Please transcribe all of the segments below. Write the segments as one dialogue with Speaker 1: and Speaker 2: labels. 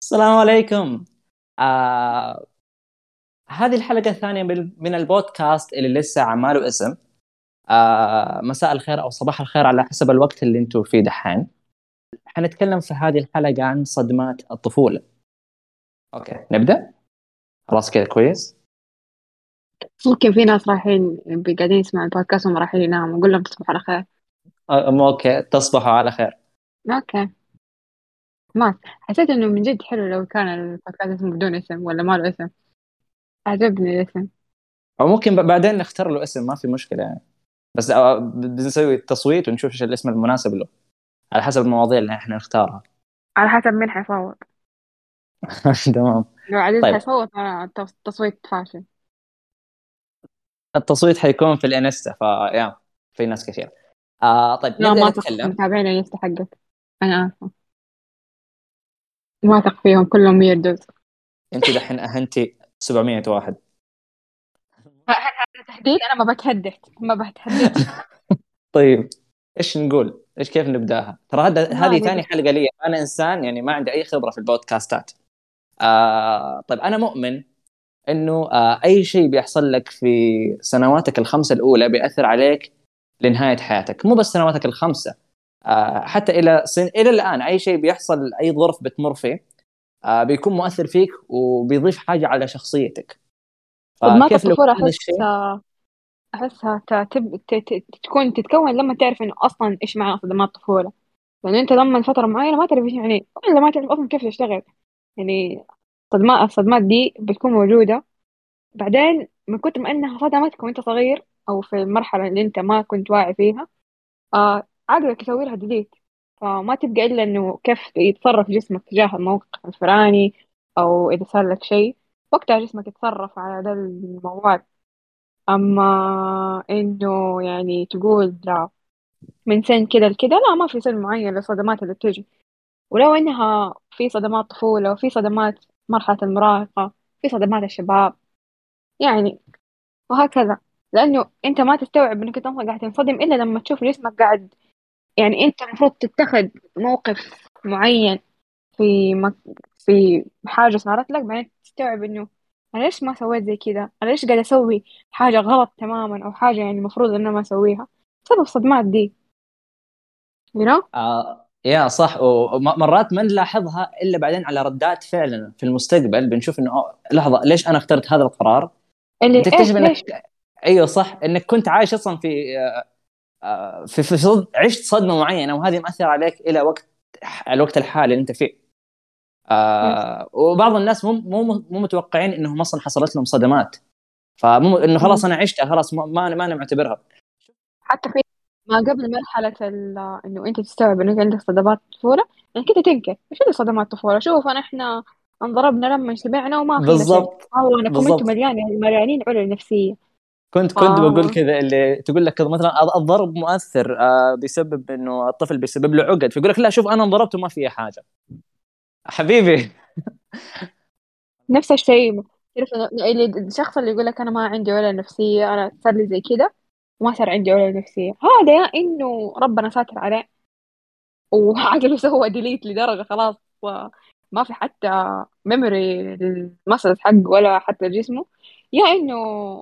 Speaker 1: السلام عليكم. آه هذه الحلقة الثانية من البودكاست اللي لسه عماله اسم. مساء الخير أو صباح الخير على حسب الوقت اللي انتم فيه دحين. حنتكلم في هذه الحلقة عن صدمات الطفولة. أوكي، نبدأ. خلاص كذا كويس.
Speaker 2: ممكن في ناس رايحين قاعدين يسمعوا البودكاست وهم رايحين يناموا، أقول لهم تصبحوا على خير.
Speaker 1: أوكي، تصبحوا على خير.
Speaker 2: أوكي. ما حسيت إنه من جد حلو لو كان البودكاست اسمه بدون اسم ولا ما له اسم. عجبني الاسم.
Speaker 1: أو ممكن بعدين نختار له اسم، ما في مشكلة يعني. بس بنسوي تصويت ونشوف ايش الاسم المناسب له على حسب المواضيع اللي احنا نختارها.
Speaker 2: على حسب مين حيصوت.
Speaker 1: تمام.
Speaker 2: لو عزيز
Speaker 1: طيب،
Speaker 2: حيصوت أنا التصويت فاشل.
Speaker 1: التصويت حيكون في الانستا فيا في ناس كثير. طيب
Speaker 2: لا،
Speaker 1: نبدأ
Speaker 2: ما أثق في
Speaker 1: نتكلم.
Speaker 2: متابعين الانستا حقك. أنا آسفة، ما أثق فيهم كلهم يردوز.
Speaker 1: انت دحين اهنتي 700 واحد.
Speaker 2: هذا تهديد، أنا ما بتهدد، ما بتهددش.
Speaker 1: طيب، ايش نقول؟ ايش كيف نبداها؟ ترى
Speaker 2: ما
Speaker 1: هذه ثاني
Speaker 2: ندري.
Speaker 1: حلقة لي، انا انسان يعني ما عندي اي خبرة في البودكاستات. طيب انا مؤمن انه اي شيء بيحصل لك في سنواتك الخمسة الاولى بيأثر عليك لنهاية حياتك، مو بس سنواتك الخمسة. حتى الى الان اي شيء بيحصل، اي ظرف بتمر فيه بيكون مؤثر فيك وبيضيف حاجة على شخصيتك.
Speaker 2: صدمات
Speaker 1: فكيف لو
Speaker 2: الطفولة
Speaker 1: هذا الشيء.
Speaker 2: أحسها تكون تتكون لما تعرف إنه أصلا إيش معنى صدمات طفولة. لأنه أنت لما فترة معينة ما تعرف إيش يعني، ولا ما تعرف أصلا كيف تشتغل يعني. الصدمات دي بتكون موجودة بعدين من كتر ما إنها صدمتك وأنت صغير، أو في المرحلة اللي أنت ما كنت واعي فيها. عقلك يسوي لها ديليت. فما تبقى إلا إنه كيف يتصرف جسمك تجاه الموقف الفلاني، أو إذا صار لك شيء وقتها جسمك يتصرف على ذا الموال. أما إنه يعني تقول لا، من سن كده لكده، لا، ما في سن معين للصدمات اللي بتجي. ولو إنها في صدمات طفولة وفي صدمات مرحلة المراهقة، في صدمات الشباب يعني، وهكذا. لأنه أنت ما تستوعب إنك أنت أصلا قاعد تنصدم إلا لما تشوف جسمك قاعد. يعني أنت المفروض تتخذ موقف معين في في حاجة صارت لك، بعدين تستوعب إنه أنا ليش ما سويت زي كذا، أنا ليش قاعد أسوي حاجة غلط تماما، أو حاجة يعني المفروض إن أنا ما أسويها بسبب الصدمات دي. you know.
Speaker 1: يا صح، ومرات ما نلاحظها الا بعدين على ردات فعلنا في المستقبل، بنشوف انه لحظه، ليش انا اخترت هذا القرار؟
Speaker 2: اللي إيه
Speaker 1: بتكتشف انك،
Speaker 2: ليش.
Speaker 1: ايوه صح، انك كنت عايش اصلا عشت صدمه معينه، وهذه مأثره عليك الى الوقت الحالي اللي انت فيه.
Speaker 2: يس.
Speaker 1: وبعض الناس مو متوقعين انهم اصلا حصلت لهم صدمات، فمو انه خلاص انا عشتها، خلاص ما انا معتبرها.
Speaker 2: حتى في ما قبل مرحلة إنه أنت تستوعب إنك عندك صدمات طفولة، يعني كده تنكر إيش اللي صدمات طفولة. شوف أنا إحنا انضربنا لما اجتمعنا وما أخذنا شيء،
Speaker 1: بالضبط،
Speaker 2: والله أنكم أنتم
Speaker 1: بالضبط.
Speaker 2: مليانين علل نفسية. ف
Speaker 1: كنت بقول كذا، اللي تقول لك كذا مثلا الضرب مؤثر، بيسبب انه الطفل بيسبب له عقد، فيقول لك لا شوف انا انضربت وما في حاجه. حبيبي.
Speaker 2: نفس الشيء. تعرف إنه الشخص اللي يقول لك أنا ما عندي علل نفسية، أنا صار لي زي كده وما صار عندي علل نفسية، هذا يا إنه ربنا ساتر عليه وعقله سوى ديليت لدرجة خلاص، ما في حتى ميموري للمسلس حقه ولا حتى جسمه، يا إنه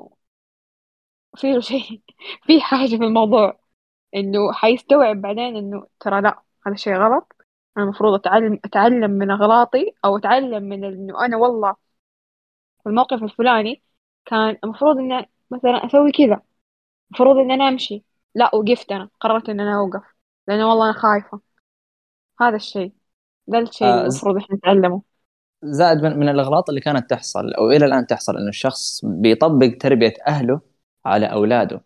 Speaker 2: في له شيء في حاجة في الموضوع، إنه حيستوعب بعدين إنه ترى لا، هذا شيء غلط. أنا المفروض أتعلم من أغلاطي، أو أتعلم من إنه أنا والله في الموقف الفلاني كان المفروض إن مثلا أسوي كذا، المفروض إن أنا أمشي. لا، وقفت، أنا قررت إن أنا أوقف لأنه والله أنا خايفة. هذا الشيء، ده الشيء اللي
Speaker 1: آه،
Speaker 2: المفروض إحنا نتعلمه.
Speaker 1: زائد من الاغلاط اللي كانت تحصل او الى الان تحصل، انه الشخص بيطبق تربيه اهله على اولاده،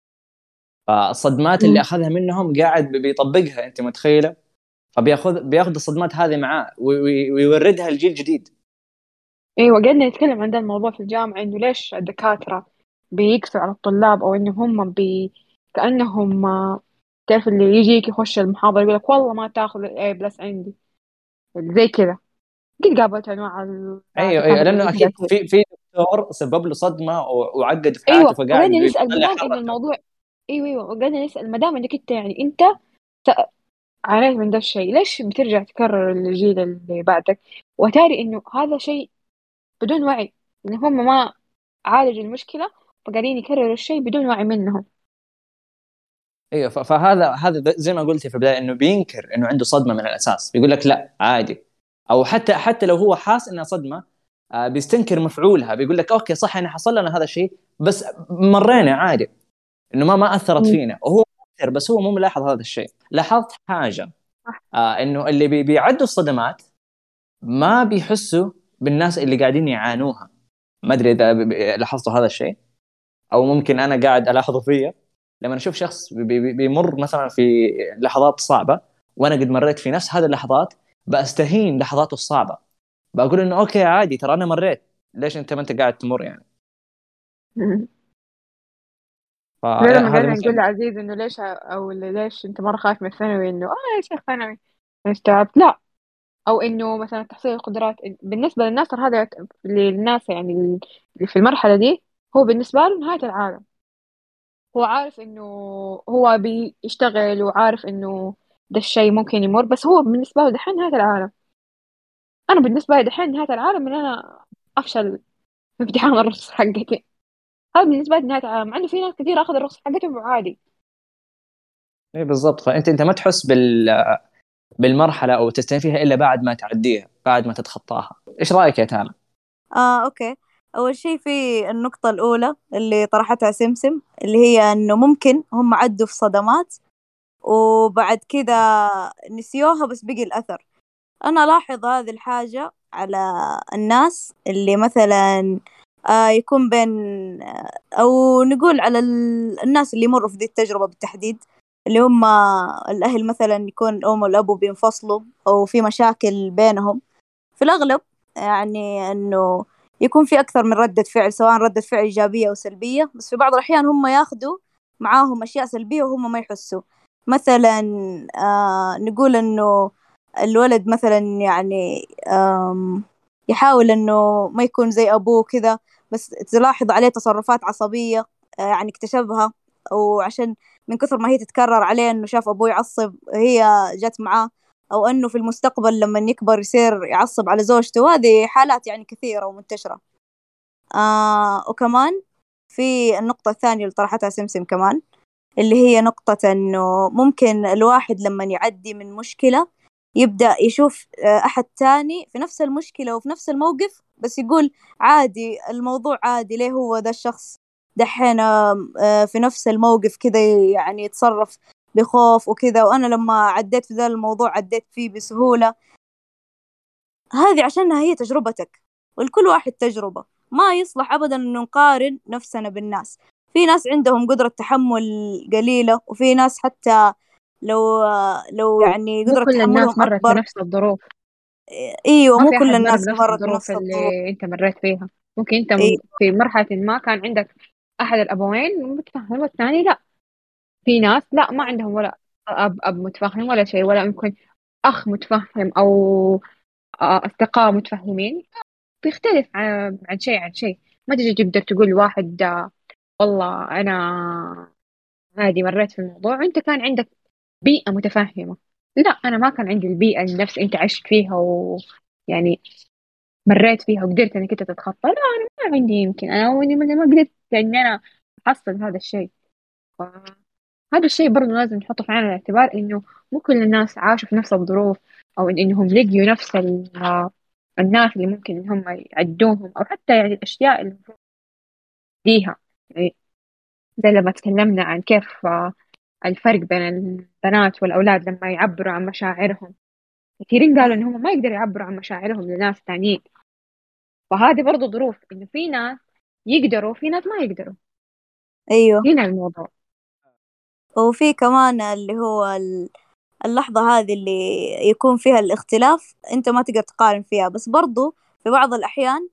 Speaker 1: فالصدمات اللي
Speaker 2: مم.
Speaker 1: اخذها منهم قاعد بيطبقها، انت متخيله؟ بياخذ الصدمات هذه معاه ويوردها لجيل جديد.
Speaker 2: ايوه، قعدنا نتكلم عن ده الموضوع في الجامعة، انه ليش الدكاترة بيقسوا على الطلاب، او انه هم كأنهم تعرف اللي يجيك يخش المحاضرة يقول لك والله ما تاخذ الاي بلس عندي، زي كذا. قد قابلت انواع
Speaker 1: ايوه ايوه،
Speaker 2: الدكاترة اللي
Speaker 1: لانه
Speaker 2: كذا
Speaker 1: اكيد
Speaker 2: كثير.
Speaker 1: في دكتور سبب له صدمه وعقد في حياته،
Speaker 2: ايوه،
Speaker 1: فقاعد
Speaker 2: وقعدنا نسأل ما
Speaker 1: بيطلع
Speaker 2: دام انه
Speaker 1: حرته.
Speaker 2: الموضوع. ايوه، ايوه، وقعدنا نسأل ما دام انك انت يعني انت عانيت من ده الشيء، ليش بترجع تكرر الجيل اللي بعدك؟ وتاري إنه هذا شيء بدون وعي، إن هم ما عالجوا المشكلة فقاعدين يكرروا الشيء بدون وعي منهم.
Speaker 1: ايوه، فهذا زي ما قلت في البدايه، انه بينكر انه عنده صدمه من الاساس، بيقول لك لا عادي. او حتى لو هو حاس انها صدمه، بيستنكر مفعولها، بيقول لك اوكي صح احنا حصل لنا هذا الشيء بس مرينا عادي، انه ما اثرت
Speaker 2: مم.
Speaker 1: فينا، وهو مؤثر بس هو مو ملاحظ هذا الشيء. لاحظت حاجه،
Speaker 2: صح.
Speaker 1: انه اللي بيعدوا الصدمات ما بيحسوا بالناس اللي قاعدين يعانوها. ما ادري اذا لاحظتوا هذا الشيء، او ممكن انا قاعد الاحظه فيا. لما اشوف شخص بيمر مثلا في لحظات صعبه، وانا قد مريت في نفس هذه اللحظات، بستهين لحظاته الصعبه، بقول انه اوكي عادي ترى انا مريت، ليش انت ما انت قاعد تمر يعني؟
Speaker 2: مم. زي لما
Speaker 1: فهذا
Speaker 2: قلنا نقول
Speaker 1: مثلا.
Speaker 2: لعزيز إنه ليش، أو ليش أنت مرة خايف من الثانوي، إنه يا شيخ ثانوي استوعبت، لا. او انه مثلا تحصيل القدرات بالنسبه للناس، ترى هذا للناس يعني اللي في المرحله دي، هو بالنسبه له نهايه العالم. هو عارف انه هو بيشتغل وعارف انه ده الشيء ممكن يمر، بس هو بالنسبه له دحين نهايه العالم. انا بالنسبه لي دحين نهايه العالم ان انا افشل في امتحان الرخص حقتي. هذا بالنسبه لي نهايه العالم، مع انه في ناس كثير اخذ الرخص حقتهم عادي.
Speaker 1: اي بالضبط، فانت ما تحس بالمرحله او تستمر فيها الا بعد ما تعديها، بعد ما تتخطاها. ايش رايك يا تالا؟
Speaker 3: أوكي. أول شيء في النقطة الأولى اللي طرحتها سمسم، اللي هي إنه ممكن هم عدوا في صدمات وبعد كذا نسيوها بس بقي الأثر. أنا ألاحظ هذه الحاجة على الناس اللي مثلا يكون بين أو نقول على الناس اللي يمروا في دي التجربة بالتحديد، اللي هم الأهل مثلا يكون الأم والأبو بينفصلوا أو في مشاكل بينهم. في الأغلب يعني إنه يكون في أكثر من ردة فعل، سواء ردة فعل إيجابية أو سلبية، بس في بعض الأحيان هم ياخدوا معاهم أشياء سلبية وهم ما يحسوا. مثلا نقول إنه الولد مثلا يعني يحاول إنه ما يكون زي أبوه كذا، بس تلاحظ عليه تصرفات عصبية يعني اكتشفها، أو عشان من كثر ما هي تتكرر عليه إنه شاف أبوه يعصب هي جت معاه، أو أنه في المستقبل لما يكبر يصير يعصب على زوجته. هذه حالات يعني كثيرة ومنتشرة. وكمان في النقطة الثانية اللي طرحتها سمسم كمان، اللي هي نقطة أنه ممكن الواحد لما يعدي من مشكلة يبدأ يشوف أحد تاني في نفس المشكلة وفي نفس الموقف، بس يقول عادي الموضوع عادي، ليه هو ده الشخص دحين في نفس الموقف كذا يعني يتصرف بخوف وكذا، وأنا لما عديت في ذا الموضوع عديت فيه بسهولة. هذه عشانها هي تجربتك، والكل واحد تجربة. ما يصلح أبدا أنه نقارن نفسنا بالناس. في ناس عندهم قدرة تحمل قليلة، وفي ناس حتى لو يعني
Speaker 2: مو
Speaker 3: قدرة
Speaker 2: كل
Speaker 3: تحملهم
Speaker 2: الناس مرت
Speaker 3: أكبر.
Speaker 2: بنفس الظروف.
Speaker 3: ايوه،
Speaker 2: ما
Speaker 3: مو
Speaker 2: في
Speaker 3: كل
Speaker 2: احد مر
Speaker 3: الناس
Speaker 2: بنفس
Speaker 3: مرت
Speaker 2: الظروف
Speaker 3: بنفس الظروف.
Speaker 2: اللي انت مريت فيها. ممكن انت
Speaker 3: ايوه.
Speaker 2: في مرحلة ما كان عندك احد الابوين متفهم، والثاني لا. في ناس لا ما عندهم ولا أب متفهم ولا شيء، ولا يمكن أخ متفهم أو أصدقاء متفهمين. بيختلف عن شيء عن شيء. ما تجي تقدر تقول واحد والله أنا عادي مريت في الموضوع وأنت كان عندك بيئة متفهمة. لا، أنا ما كان عندي البيئة اللي نفس أنت عشت فيها ويعني مريت فيها وقدرت إنك أنت تتخطى. لا، أنا ما عندي، يمكن أنا ما قدرت إني أنا أحصل هذا الشيء. هذا الشيء برضو لازم نحطه في عين الاعتبار، إنه مو كل الناس عاشوا في نفس الظروف، أو إنهم لقيوا نفس الناس اللي ممكن إن هم يعدوهم، أو حتى يعني الأشياء اللي المفروض ليها. يعني زي لما تكلمنا عن كيف الفرق بين البنات والأولاد لما يعبروا عن مشاعرهم. كثيرين قالوا إن هم ما يقدروا يعبروا عن مشاعرهم لناس تانيين. فهذه برضو ظروف، إنه في ناس يقدروا وفي ناس ما يقدروا.
Speaker 3: ايوه.
Speaker 2: هنا الموضوع.
Speaker 3: وفي كمان اللي هو اللحظة هذه اللي يكون فيها الاختلاف انت ما تقدر تقارن فيها، بس برضو في بعض الأحيان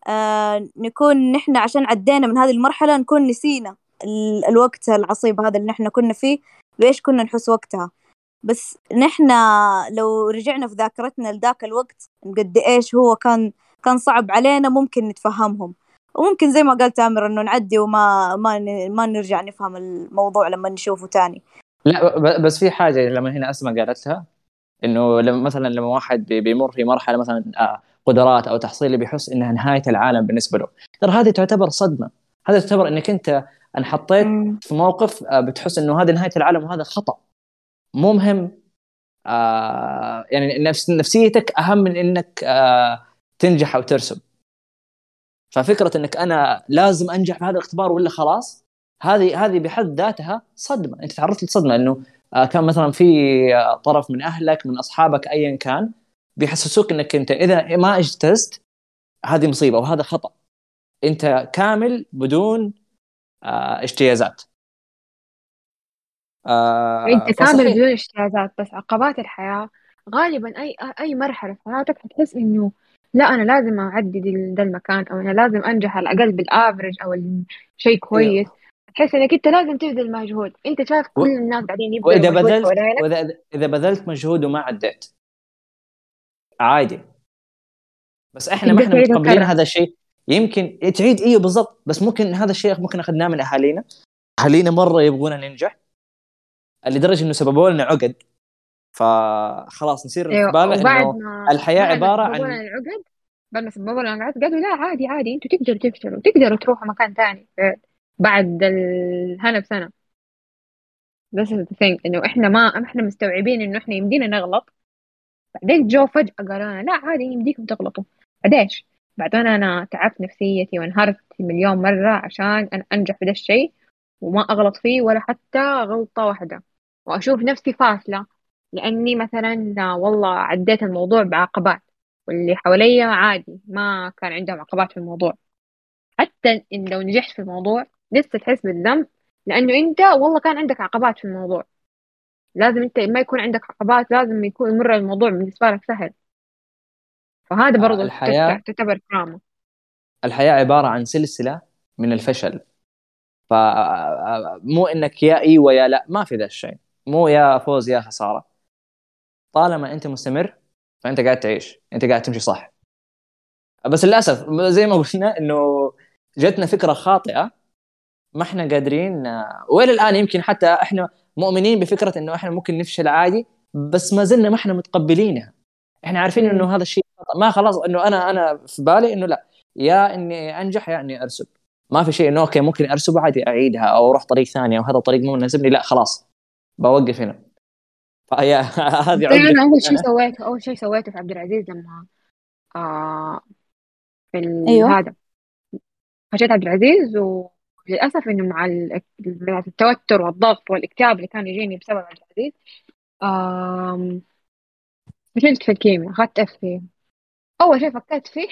Speaker 3: نكون نحن عشان عدينا من هذه المرحلة نكون نسينا الوقت العصيب هذا اللي نحن كنا فيه، بإيش كنا نحس وقتها. بس نحن لو رجعنا في ذاكرتنا لذاك الوقت قد إيش هو كان صعب علينا، ممكن نتفهمهم. وممكن زي ما قال تامر إنه نعدي وما ما نرجع نفهم الموضوع لما نشوفه تاني.
Speaker 1: لا بس في حاجه لما هنا اسماء قالت لها، انه لما واحد بيمر في مرحله مثلا قدرات او تحصيل، بيحس انها نهايه العالم بالنسبه له، ترى هذه تعتبر صدمه. هذا تعتبر انك انت انحطيت في موقف بتحس انه هذه نهايه العالم، وهذا خطا مو مهم. يعني نفسيتك اهم من انك تنجح او ترسب. ففكره انك انا لازم انجح في هذا الاختبار ولا خلاص، هذه بحد ذاتها صدمه. انت تعرضت لصدمه انه كان مثلا في طرف من اهلك من اصحابك ايا كان بيحسسوك انك انت اذا ما اجتزت هذه مصيبه وهذا خطا. انت كامل بدون اجتيازات.
Speaker 2: انت كامل
Speaker 1: فصحيح.
Speaker 2: بدون اجتيازات، بس عقبات الحياة غالبا اي مرحلة في حياتك هتحس انه لا انا لازم اعدي ده المكان، او انا لازم انجح على الاقل بالافرج او شيء كويس.
Speaker 1: ايوه.
Speaker 2: تحس انك انت لازم تبذل مجهود. انت شايف كل
Speaker 1: و-
Speaker 2: الناس قاعدين يبذلوا
Speaker 1: واذا
Speaker 2: مجهود
Speaker 1: بذلت
Speaker 2: حوالينك.
Speaker 1: واذا بذلت مجهود وما عديت عادي. بس احنا ما
Speaker 2: تقدر
Speaker 1: احنا
Speaker 2: تعيد
Speaker 1: متقبلين
Speaker 2: وتكرر.
Speaker 1: هذا الشيء. يمكن تعيد، ايوه بالضبط، بس ممكن هذا الشيء ممكن اخذناه من اهالينا. اهالينا مره يبغونا ننجح لدرجه انه سببوا لنا عقد، فخلاص نصير في
Speaker 2: ايوه،
Speaker 1: بالنا
Speaker 2: وبعد
Speaker 1: انه
Speaker 2: ما
Speaker 1: الحياه
Speaker 2: بعد ما
Speaker 1: عباره
Speaker 2: سببوا لنا
Speaker 1: عن.
Speaker 2: العقد بعد ما سببوا لنا العقد قالوا لا عادي عادي، انتوا تقدروا تفشلوا، تقدروا تروحوا مكان ثاني بعد الهنا بسنة. بس the thing انه احنا ما احنا مستوعبين انه احنا يمدينا نغلط. بعدين جو فجأة قالوا لنا لا عادي يمديكم تغلطوا. بعديش بعدين انا تعبت نفسيتي وانهارت مليون مرة عشان أنا انجح في ده الشيء وما اغلط فيه ولا حتى غلطة واحدة، واشوف نفسي فاشلة لاني مثلا والله عديت الموضوع بعقبات، واللي حواليا عادي ما كان عندهم عقبات في الموضوع. حتى إن لو نجحت في الموضوع لسه تحس بالذنب، لأنه أنت والله كان عندك عقبات في الموضوع. لازم أنت ما يكون عندك عقبات، لازم يكون يمر الموضوع بالنسبة لك سهل. فهذا برضو
Speaker 1: الحياه
Speaker 2: تعتبر كرامة.
Speaker 1: الحياه عباره عن سلسله من الفشل. فمو انك يا ايوه يا لا، ما في ذا الشيء. مو يا فوز يا خساره. طالما انت مستمر فانت قاعد تعيش، انت قاعد تمشي صح. بس للاسف زي ما قلنا انه جتنا فكره خاطئه، ما احنا قادرين والى الان يمكن حتى احنا مؤمنين بفكره انه احنا ممكن نفشل عادي، بس ما زلنا ما احنا متقبلينها. احنا عارفين
Speaker 2: امم
Speaker 1: انه هذا الشيء خطأ. ما خلاص انه انا في بالي انه لا، يا اني انجح يا اني ارسب. ما في شيء انه اوكي ممكن ارسب عادي اعيدها او اروح طريق ثاني او هذا الطريق مو مناسبني، لا خلاص بوقف هنا. فهي هذه
Speaker 2: زي
Speaker 1: عقده
Speaker 2: أنا
Speaker 1: انا.
Speaker 2: أول شيء سويته في عبد العزيز لما آه في
Speaker 3: أيوة.
Speaker 2: هذا خشيت عبد العزيز. وللأسف إنه مع التوتر والضغط والاكتئاب اللي كان يجيني بسبب عبد العزيز، آم، فشلت في الكيمياء، أخذت F فيه. أول شيء فكرت فيه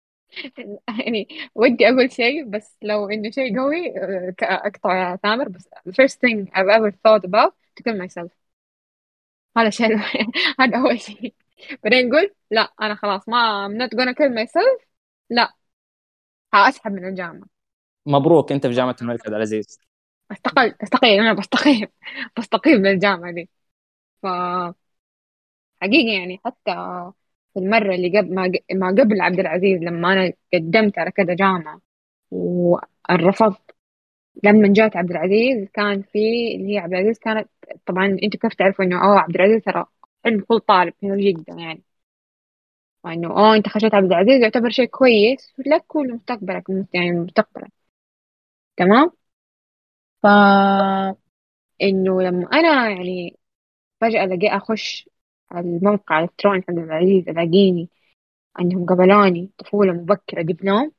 Speaker 2: يعني ودي أقول شيء، بس لو إنه شيء قوي أقطع يا تامر. بس the first thing I've ever thought about to kill myself. هذا الشيء هذا أول شيء. بعدين قلت لا أنا خلاص ما I'm not gonna kill myself. لا، هأسحب من الجامعة.
Speaker 1: مبروك انت في جامعه الملك عبد العزيز.
Speaker 2: أستقيل أنا بستقيل بستقيل من الجامعة دي. فحقيقي يعني حتى في المرة اللي قبل ما قبل عبد العزيز لما أنا قدمت على كذا جامعة ورفضت، لما جات عبد العزيز كان في اللي هي عبد العزيز كانت، طبعا انتوا كيف تعرفوا انه عبد العزيز ترى حلم كل طالب هنا جدا يعني، وانه انت خشيت عبد العزيز يعتبر شيء كويس لك ولمستقبلك، يعني مستقبلك. تمام. ف انه لما انا يعني فجأة لقيت اخش الموقع الالكتروني حق عبد العزيز الاقيني انهم قبلوني طفولة مبكرة دبلوم.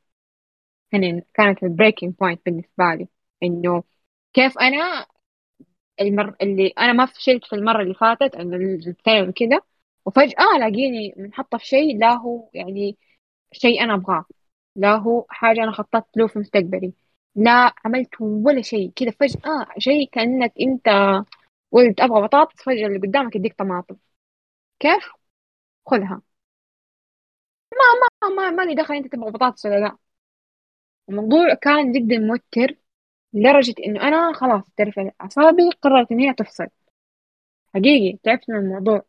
Speaker 2: كانت البريكنج بوينت بالنسبة لي، انه كيف انا اللي انا ما فشلت في المره اللي فاتت انه الثانوي كذا، وفجاه الاقيني منحطه في شيء لا هو يعني شيء انا ابغاه، لا هو حاجه انا خططت له في مستقبلي، لا عملت ولا شيء كذا. فجاه شيء كانك انت قلت ابغى بطاطس، فجاه اللي قدامك يديك طماطم. كيف؟ خذها. مالي دخل انت تبغى بطاطس ولا لا. الموضوع كان جدا موتر لدرجه انه انا خلاص تعرف اعصابي قررت ان هي تفصل. حقيقي تعبت من الموضوع.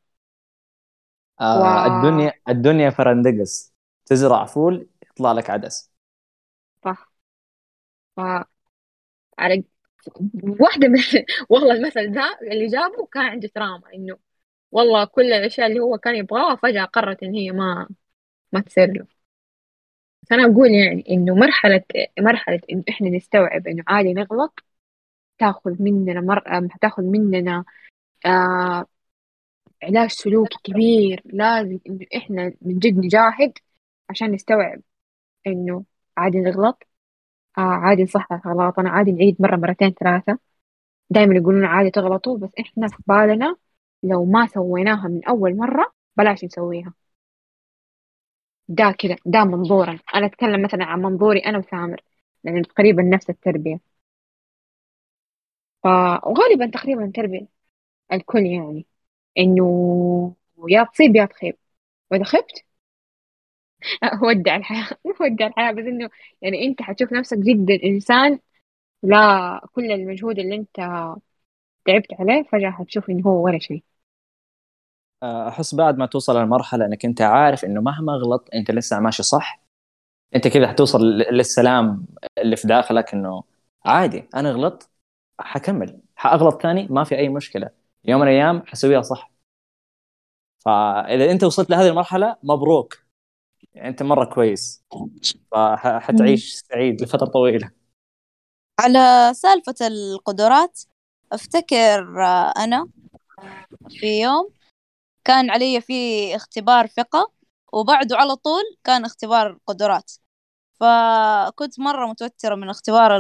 Speaker 2: و
Speaker 1: الدنيا فرندقس، تزرع فول يطلع لك عدس.
Speaker 2: صح. ف على واحدة من والله المثل ذا اللي جابه كان عنده تراما، إنه والله كل الأشياء اللي هو كان يبغاها فجأة قررت إن هي ما تصير له. بس أنا أقول يعني إنه مرحلة إنه إحنا نستوعب إنه عادي نغلط، تاخذ مننا تاخذ مننا آه علاج سلوكي كبير. لازم إنه إحنا من جد نجاهد عشان نستوعب إنه عادي نغلط، عادي نصحح غلطنا، عادي نعيد مرة مرتين ثلاثة. دايما يقولون عادي تغلطوا، بس إحنا في بالنا لو ما سويناها من أول مرة بلاش نسويها. ده كده ده منظورا، أنا أتكلم مثلا عن منظوري أنا وسامر، لأن تقريبا نفس التربية. وغالبا تقريبا تربية الكل يعني، إنه يا تصيب يا تخيب، وإذا خبت ودع الحياة ودع الحياة. بس إنه يعني أنت حتشوف نفسك جدا إنسان، لا كل المجهود اللي أنت تعبت عليه فجأة حتشوف إنه هو ولا شيء.
Speaker 1: احس بعد ما توصل للمرحله انك انت عارف انه مهما غلط انت لسه ماشي صح، انت كذا حتوصل للسلام اللي في داخلك، انه عادي انا غلطت، حكمل، حاغلط ثاني، ما في اي مشكله، يوم من الايام حسويها صح. فاذا انت وصلت لهذه المرحله مبروك، يعني انت مره كويس،
Speaker 2: مم.
Speaker 1: فحتعيش سعيد لفتره طويله.
Speaker 3: على سالفة القدرات، أفتكر أنا في يوم كان علي فيه اختبار ثقة، وبعده على طول كان اختبار قدرات. فكنت مرة متوترة من اختبار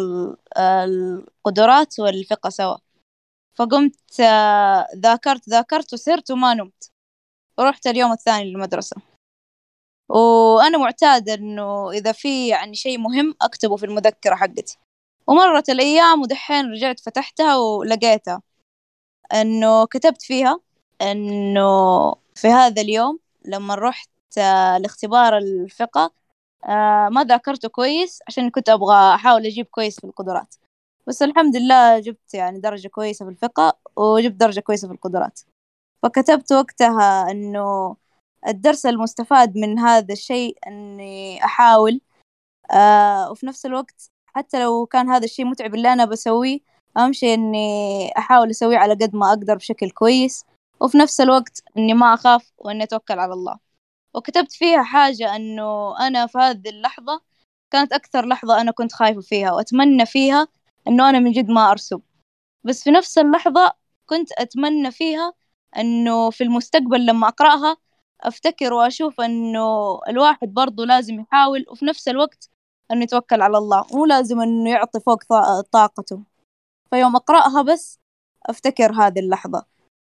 Speaker 3: القدرات والثقة سوا. فقمت ذاكرت وسرت وما نمت، ورحت اليوم الثاني للمدرسة. وأنا معتادة إنه إذا في يعني شيء مهم أكتبه في المذكرة حقتي. ومرت الأيام ودحين رجعت فتحتها ولقيتها إنه كتبت فيها إنه في هذا اليوم لما رحت لاختبار الثقة ما ذاكرته كويس، عشان كنت أبغى أحاول أجيب كويس في القدرات. بس الحمد لله جبت يعني درجة كويسة في الفقه، وجبت درجة كويسة في القدرات. فكتبت وقتها إنه الدرس المستفاد من هذا الشيء إني أحاول، وفي نفس الوقت حتى لو كان هذا الشيء متعب اللي أنا بسويه، أهم شيء إني أحاول أسويه على قد ما أقدر بشكل كويس، وفي نفس الوقت إني ما أخاف وإني أتوكل على الله. وكتبت فيها حاجة إنه أنا في هذه اللحظة كانت أكثر لحظة أنا كنت خايفة فيها، وأتمنى فيها إنه أنا من جد ما أرسب. بس في نفس اللحظة كنت أتمنى فيها إنه في المستقبل لما أقرأها أفتكر وأشوف إنه الواحد برضو لازم يحاول، وفي نفس الوقت إنه يتوكل على الله، مو لازم إنه يعطي فوق طاقته. فيوم أقرأها بس أفتكر هذه اللحظة.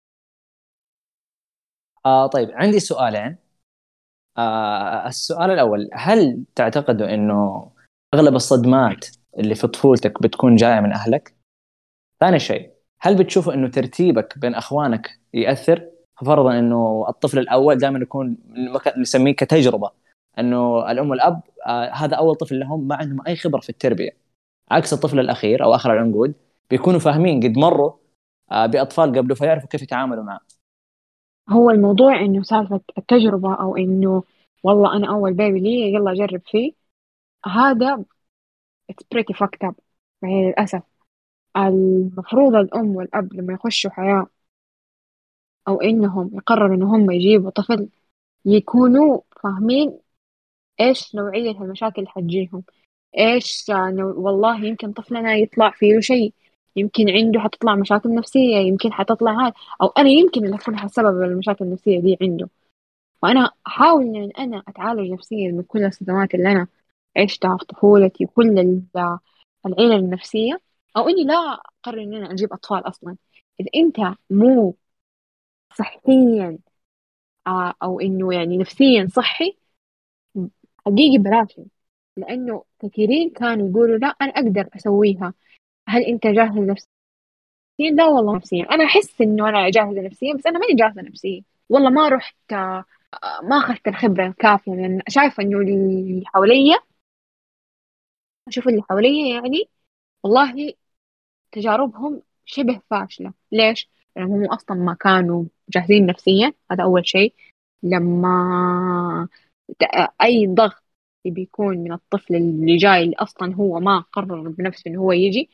Speaker 1: طيب عندي سؤالين. السؤال الأول، هل تعتقد أنه أغلب الصدمات اللي في طفولتك بتكون جاية من أهلك؟ ثاني شيء، هل بتشوف أنه ترتيبك بين أخوانك يأثر؟ فرضا أنه الطفل الأول دائما يكون نسميه كتجربة، أنه الأم والأب هذا أول طفل لهم، ما عندهم أي خبرة في التربية، عكس الطفل الأخير أو آخر العنقود بيكونوا فاهمين، قد مروا بأطفال قبله فيعرفوا كيف يتعاملوا معه.
Speaker 2: هو الموضوع إنه سالفة التجربة، أو إنه والله أنا أول بيبي لي يلا أجرب فيه، هذا it's pretty fucked up. يعني للأسف المفروض الأم والأب لما يخشوا حياة، أو إنهم يقرروا إن هم يجيبوا طفل، يكونوا فاهمين إيش نوعية المشاكل اللي حتجيهم. إيش يعني والله يمكن طفلنا يطلع فيه شيء، يمكن عنده حتطلع مشاكل نفسية، يمكن حتطلع هذا، أو أنا يمكن اللي أكون سبب المشاكل النفسية دي عنده. وأنا أحاول إن أنا أتعالج نفسيا من كل الصدمات اللي أنا عشتها في طفولتي، وكل العيلة النفسية، أو إني لا أقرر إن أنا أجيب أطفال أصلا. إذا أنت مو صحيا أو إنه يعني نفسيا صحي، حقيقي بلاش. لأنه كثيرين كانوا يقولوا لا أنا أقدر أسويها، هل أنت جاهز نفسيا؟ لا والله نفسيا أنا أحس إنه أنا جاهزة نفسيا، بس أنا ماني جاهزة نفسيا. والله ما رحت ما أخذت الخبرة الكافية، لأن شايفة إنه اللي حواليا، أشوف اللي حواليا يعني والله تجاربهم شبه فاشلة. ليش؟ لأنهم أصلا ما كانوا جاهزين نفسيا، هذا أول شيء. لما أي ضغط بيكون من الطفل اللي جاي، اللي أصلا هو ما قرر بنفسه إنه هو يجي،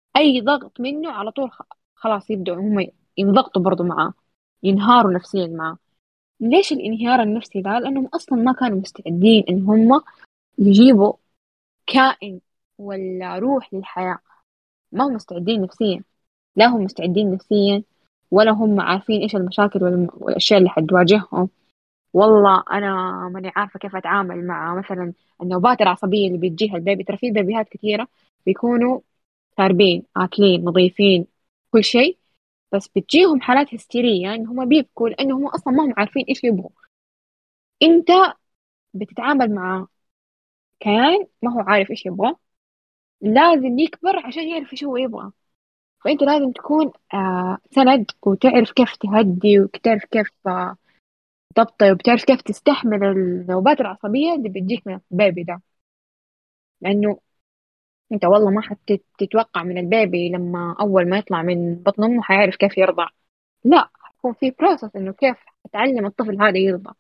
Speaker 2: أي ضغط منه على طول خلاص يبدأوا هم ينضغطوا برضو معاه، ينهاروا نفسيا معاه. ليش الانهيار النفسي ده؟ لأنهم أصلا ما كانوا مستعدين إن هم يجيبوا كائن ولا روح للحياة. ما هم مستعدين نفسيا، لا هم مستعدين نفسيا، ولا هم عارفين إيش المشاكل والأشياء اللي حتواجههم. والله أنا ماني عارفة كيف أتعامل مع مثلا النوبات العصبية اللي بتجيها البيبي. ترى في بيبيهات كثيرة بيكونوا شاربين أكلين نظيفين كل شيء، بس بتجيهم حالات هستيرية يعني هم بيبكوا لأنه هم أصلا ما هم عارفين إيش يبغوا. أنت بتتعامل مع كيان ما هو عارف إيش يبغى، لازم يكبر عشان يعرف إيش هو يبغى. فأنت لازم تكون سند، وتعرف كيف تهدي، وتعرف كيف تطبطب، وبتعرف كيف تستحمل النوبات العصبية اللي بتجيك من البيبي ده. لأنه أنت والله ما حتتوقع من البيبي لما أول ما يطلع من بطن أمه حيعرف كيف يرضع. لا، حيكون في بروسس إنه كيف تعلم الطفل هذا يرضع.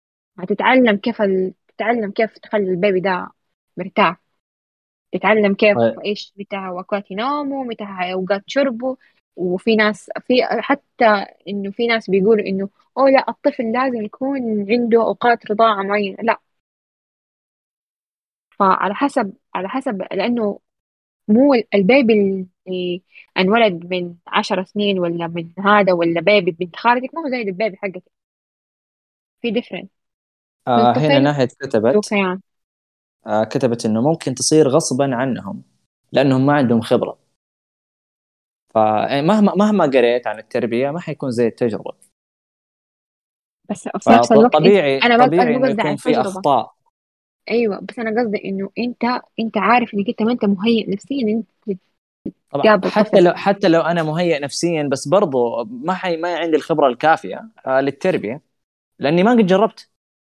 Speaker 2: تتعلم كيف تخلي البيبي ده مرتاح، تتعلم كيف
Speaker 1: طيب.
Speaker 2: إيش متى أوقات يناموا، متى أوقات شربوا. وفي ناس حتى إنه في ناس بيقولوا إنه أوه لا، الطفل لازم يكون عنده أوقات رضاعة معينة. لا، فعلى حسب، لأنه مو البيبي اللي انولد من 10 سنين ولا من هذا، ولا بيبي بنت خالتك، ما هو زي البيبي حقك. في ديفرنت. كل
Speaker 1: هنا
Speaker 2: طفل
Speaker 1: ناحية
Speaker 2: له
Speaker 1: كتبت
Speaker 2: كيان.
Speaker 1: كتبت إنه ممكن تصير غصبا عنهم لأنهم ما عندهم خبرة. فمهما قريت عن التربية ما حيكون زي التجربة.
Speaker 2: بس في نفس الوقت
Speaker 1: فطبيعي
Speaker 2: انا
Speaker 1: طبيعي
Speaker 2: مو
Speaker 1: إنه
Speaker 2: قصدي عن
Speaker 1: يكون في
Speaker 2: التجربة.
Speaker 1: أخطاء.
Speaker 2: ايوه، بس انا قصدي انه انت عارف انك انت ما انت مهيئ نفسيا ان انت
Speaker 1: طبعا
Speaker 2: تقابل طفل.
Speaker 1: حتى لو أنا مهيئ نفسيا، بس برضو ما عندي الخبرة الكافية للتربية، لأني ما قد جربت.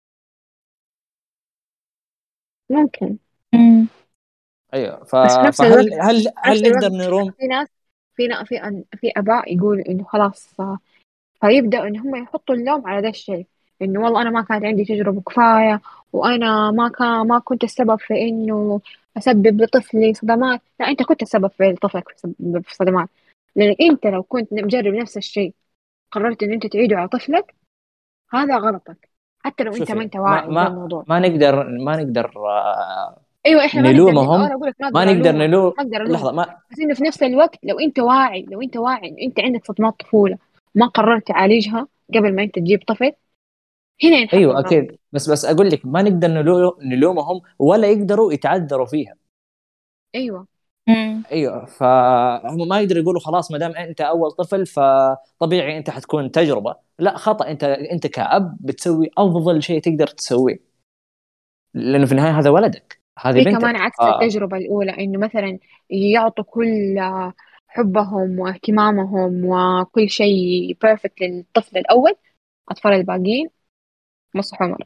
Speaker 2: ممكن.
Speaker 3: مم.
Speaker 1: أيوه.
Speaker 2: بس في نفس الوقت
Speaker 1: فهل هل
Speaker 2: في نفس
Speaker 1: هل
Speaker 2: الوقت
Speaker 1: نقدر نروم؟
Speaker 2: في ناس في اباء يقولوا انه خلاص، فيبدأوا إن هم يحطوا اللوم على ذا الشيء. إنه والله أنا ما كان عندي تجربة كفاية، وأنا ما كنت السبب في إنه أسبب لطفلي صدمات. لا، أنت كنت السبب في طفلك في صدمات. لأن أنت لو كنت مجرب نفس الشيء، قررت إن أنت تعيده على طفلك، هذا غلطك، حتى لو أنت ما
Speaker 1: شوفي،
Speaker 2: أنت واعي بذا الموضوع.
Speaker 1: ما نقدر
Speaker 2: أيوة، إحنا ما نقدر
Speaker 1: نلومهم.
Speaker 2: أنا أقول لك ما
Speaker 1: ما
Speaker 2: أقدر
Speaker 1: نقدر
Speaker 2: ألومك،
Speaker 1: نلوم.
Speaker 2: ما أقدر ألومك.
Speaker 1: لحظة. ما
Speaker 2: بس إنه في نفس الوقت لو أنت واعي إنه أنت عندك صدمات طفولة، ما قررت تعالجها قبل ما أنت تجيب طفل، هنا ينحط
Speaker 1: ايوه
Speaker 2: الغلط.
Speaker 1: اكيد. بس اقول لك ما نقدر نلومهم ولا يقدروا يتعذروا فيها.
Speaker 2: أيوة.
Speaker 3: مم.
Speaker 1: ايوه. فهم ما يقدروا يقولوا خلاص ما دام انت اول طفل فطبيعي انت حتكون تجربه. لا، خطا. انت كأب بتسوي افضل شيء تقدر تسويه، لانه في النهايه هذا ولدك، هذه
Speaker 2: في كمان
Speaker 1: بنتك.
Speaker 2: عكس التجربة الأولى، إنه مثلا يعطوا كل حبهم واهتمامهم وكل شيء بيرفكت للطفل الأول، أطفال الباقيين مصر حمر.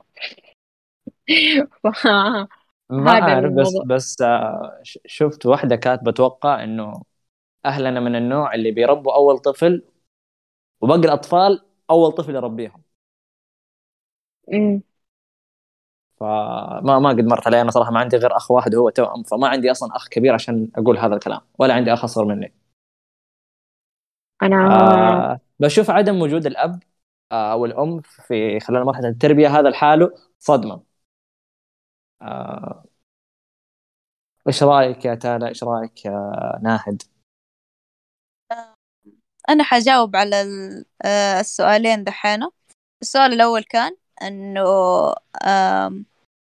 Speaker 1: ما
Speaker 2: هذا
Speaker 1: اعرف. بس
Speaker 2: الموضوع.
Speaker 1: بس شفت واحده كانت بتوقع انه اهلنا من النوع اللي بيربوا اول طفل وباقي الاطفال اول طفل يربيهم.
Speaker 2: أمم.
Speaker 1: فما قد مرت علي. انا صراحه ما عندي غير اخ واحد هو توأم، فما عندي اصلا اخ كبير عشان اقول هذا الكلام، ولا عندي اخ اصغر مني.
Speaker 2: أنا
Speaker 1: بشوف عدم وجود الاب او الام في خلال مرحله التربيه هذا لحاله صدمه. آه ايش رايك يا تالا؟ ايش رايك يا ناهد؟
Speaker 3: أنا حجاوب على السؤالين دحين. السؤال الأول كان إنه آم،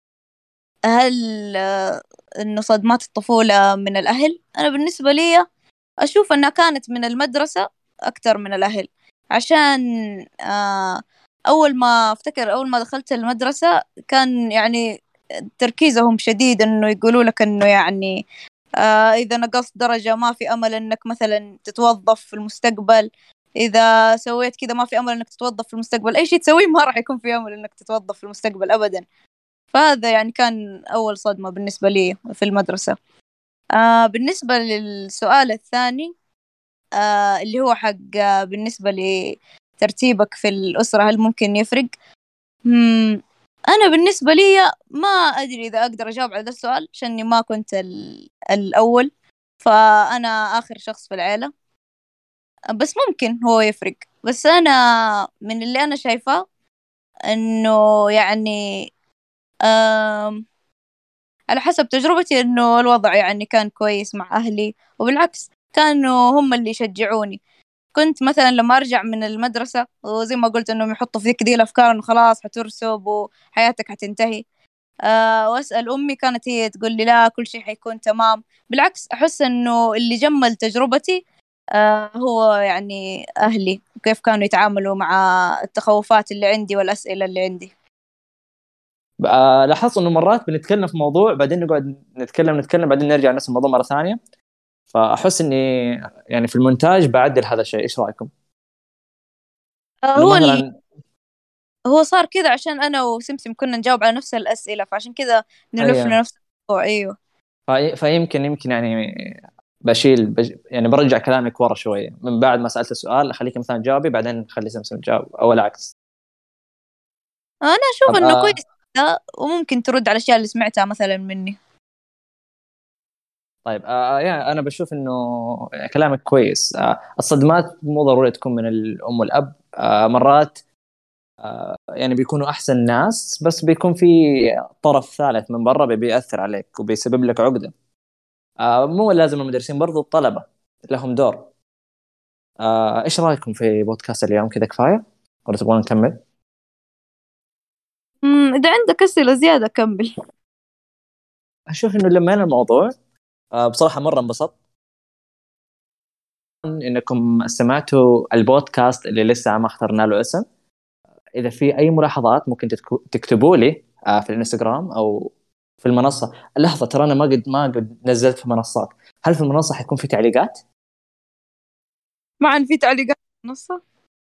Speaker 3: هل إنه صدمات الطفولة من الأهل؟ أنا بالنسبة لي أشوف إنها كانت من المدرسة أكتر من الأهل. عشان آه، أول ما دخلت المدرسة كان يعني تركيزهم شديد إنه يقولوا لك إنه يعني إذا نقصت درجة ما في أمل إنك مثلا تتوظف في المستقبل. إذا سويت كذا ما في أمل إنك تتوظف في المستقبل. أي شيء تسويه ما راح يكون في أمل إنك تتوظف في المستقبل أبدا. فهذا يعني كان أول صدمة بالنسبة لي في المدرسة. بالنسبة للسؤال الثاني اللي هو حق بالنسبة لترتيبك في الأسرة هل ممكن يفرق؟ أنا بالنسبة لي ما أدري إذا أقدر أجاوب على هذا السؤال عشاني ما كنت الأول. فأنا آخر شخص في العيلة، بس ممكن هو يفرق. بس أنا من اللي أنا شايفاه إنه يعني آم، على حسب تجربتي إنه الوضع يعني كان كويس مع أهلي، وبالعكس كانوا هم اللي يشجعوني. كنت مثلا لما أرجع من المدرسة وزي ما قلت إنهم يحطوا فيك دي الأفكار إنه خلاص حترسب وحياتك حتنتهي، وأسأل أمي كانت هي تقول لي لا كل شيء حيكون تمام. بالعكس أحس إنه اللي جمل تجربتي هو يعني أهلي، وكيف كانوا يتعاملوا مع التخوفات اللي عندي والأسئلة اللي عندي.
Speaker 1: لاحظت انه مرات بنتكلم في موضوع بعدين نقعد نتكلم بعدين نرجع نفس الموضوع مره ثانيه. فاحس اني يعني في المونتاج بعدل هذا الشيء. ايش رايكم؟ انه
Speaker 3: هو
Speaker 1: مثلا
Speaker 3: هو صار كذا عشان أنا وسمسم كنا نجاوب على نفس الأسئلة، فعشان كذا نلف
Speaker 1: ايوه.
Speaker 3: لنفس الموضوع. أيوه.
Speaker 1: فيمكن يعني يعني برجع كلامك ورا شويه من بعد ما سالت السؤال اخليك مثلا تجاوبي بعدين نخلي سمسم تجاوب او العكس.
Speaker 3: أنا أشوف
Speaker 1: طب
Speaker 3: إنه كويس كذا، وممكن ترد على الأشياء اللي سمعتها مثلا مني.
Speaker 1: طيب يعني انا بشوف انه كلامك كويس. الصدمات مو ضروري تكون من الام والاب. مرات يعني بيكونوا احسن ناس بس بيكون في طرف ثالث من برا بيأثر عليك وبيسبب لك عقدة. مو لازم المدرسين، برضو الطلبة لهم دور. ايش رايكم في بودكاست اليوم؟ كذا كفاية ولا تبغون نكمل؟
Speaker 3: إذا عندك أسئلة زيادة كمل.
Speaker 1: اشوف انه لما الموضوع بصراحة مرة انبسطت انكم سمعتوا البودكاست اللي لسه ما اخترنا له اسم. اذا في اي ملاحظات ممكن تكتبوا لي في الانستغرام او في المنصه. لحظه، ترى انا ما قد نزلت في منصات. هل في المنصه حيكون في تعليقات؟
Speaker 3: معا في تعليقات في النص.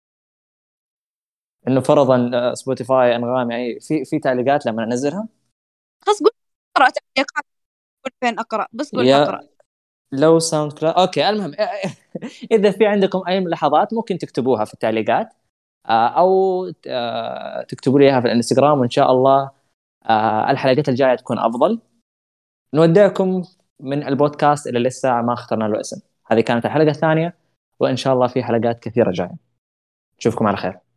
Speaker 1: انه فرضا سبوتيفاي، انغامي، اي في تعليقات لما انزلها؟
Speaker 3: خلاص قول أقرأ تعليقات. قول فين أقرأ، بس قول أقرأ.
Speaker 1: يا لو ساوند كلاود اوكي. المهم اذا في عندكم اي ملاحظات ممكن تكتبوها في التعليقات او تكتبوا لي اياها في الانستغرام، وان شاء الله الحلقات الجايه تكون افضل. نودعكم من البودكاست اللي لسه ما اخترنا له اسم. هذه كانت الحلقة الثانية، وإن شاء الله في حلقات كثيرة جاية. نشوفكم على خير.